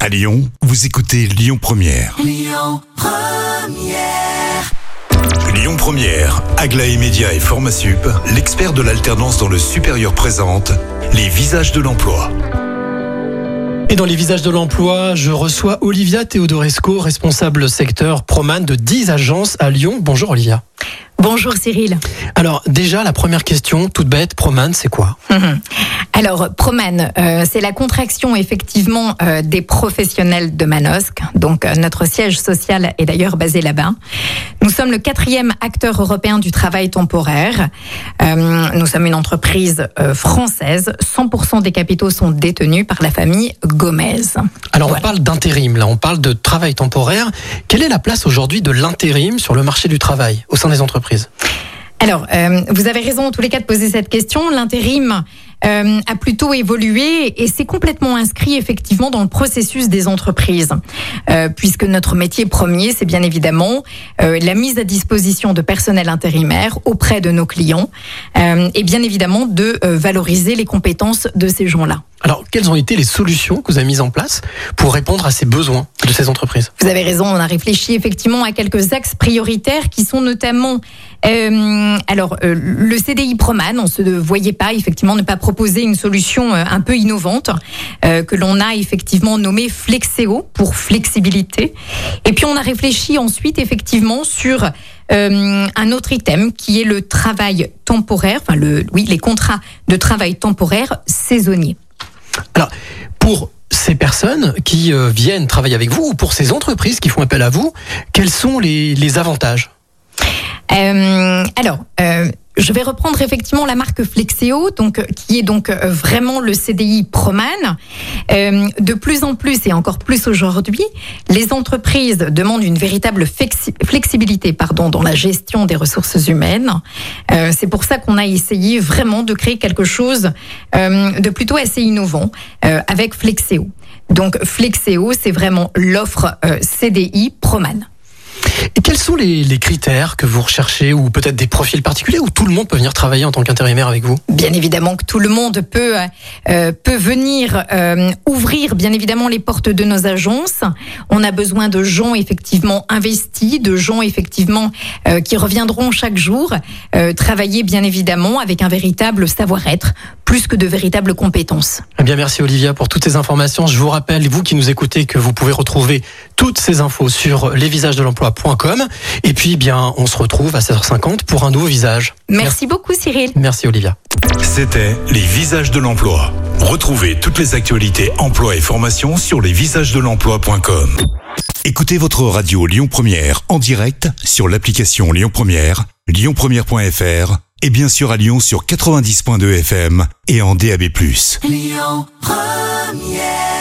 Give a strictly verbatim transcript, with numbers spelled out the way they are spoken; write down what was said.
À Lyon, vous écoutez Lyon Première. Lyon Première. Lyon Première, Aglaé Média et Formasup, l'expert de l'alternance dans le supérieur présente les visages de l'emploi. Et dans les visages de l'emploi, je reçois Olivia Teodorescu, responsable secteur Proman de dix agences à Lyon. Bonjour Olivia. Bonjour Cyril. Alors déjà, la première question, toute bête, Proman, c'est quoi ? Mmh. Alors Proman, euh, c'est la contraction effectivement euh, des professionnels de Manosque. Donc euh, notre siège social est d'ailleurs basé là-bas. Nous sommes le quatrième acteur européen du travail temporaire. Euh, nous sommes une entreprise euh, française. cent pour cent des capitaux sont détenus par la famille Gomez. Alors voilà. On parle d'intérim, là on parle de travail temporaire. Quelle est la place aujourd'hui de l'intérim sur le marché du travail au sein des entreprises ? Alors, euh, vous avez raison en tous les cas de poser cette question. L'intérim euh, a plutôt évolué et c'est complètement inscrit effectivement dans le processus des entreprises. Euh, puisque notre métier premier, c'est bien évidemment euh, la mise à disposition de personnel intérimaire auprès de nos clients euh, et bien évidemment de euh, valoriser les compétences de ces gens-là. Alors, quelles ont été les solutions que vous avez mises en place pour répondre à ces besoins de ces entreprises ? Vous avez raison, on a réfléchi effectivement à quelques axes prioritaires qui sont notamment euh, alors euh, le C D I Proman. On ne se voyait pas effectivement ne pas proposer une solution euh, un peu innovante euh, que l'on a effectivement nommée Flexéo pour flexibilité. Et puis on a réfléchi ensuite effectivement sur Euh, un autre item qui est le travail temporaire, enfin le, oui, les contrats de travail temporaire saisonniers. Alors, pour ces personnes qui euh, viennent travailler avec vous ou pour ces entreprises qui font appel à vous, quels sont les, les avantages ? euh, Alors, euh, je vais reprendre effectivement la marque Flexéo, donc qui est donc vraiment le C D I Proman. Euh, de plus en plus et encore plus aujourd'hui, les entreprises demandent une véritable flexi- flexibilité, pardon, dans la gestion des ressources humaines. Euh, c'est pour ça qu'on a essayé vraiment de créer quelque chose euh, de plutôt assez innovant euh, avec Flexéo. Donc Flexéo, c'est vraiment l'offre euh, C D I Proman. Et quels sont les, les critères que vous recherchez ou peut-être des profils particuliers où tout le monde peut venir travailler en tant qu'intérimaire avec vous ? Bien évidemment que tout le monde peut euh, peut venir euh, ouvrir bien évidemment les portes de nos agences. On a besoin de gens effectivement investis, de gens effectivement euh, qui reviendront chaque jour euh, travailler bien évidemment avec un véritable savoir-être plus que de véritables compétences. Eh bien, merci Olivia pour toutes ces informations. Je vous rappelle, vous qui nous écoutez, que vous pouvez retrouver toutes ces infos sur lesvisagesdelemploi point com. Et puis, bien, on se retrouve à seize heures cinquante pour un nouveau visage. Merci, merci beaucoup Cyril. Merci Olivia. C'était les visages de l'emploi. Retrouvez toutes les actualités emploi et formation sur lesvisagesdelemploi point com. Écoutez votre radio Lyon Première en direct sur l'application Lyon Première, lyon première point f r et bien sûr à Lyon sur quatre-vingt-dix virgule deux F M et en D A B plus. Lyon Première.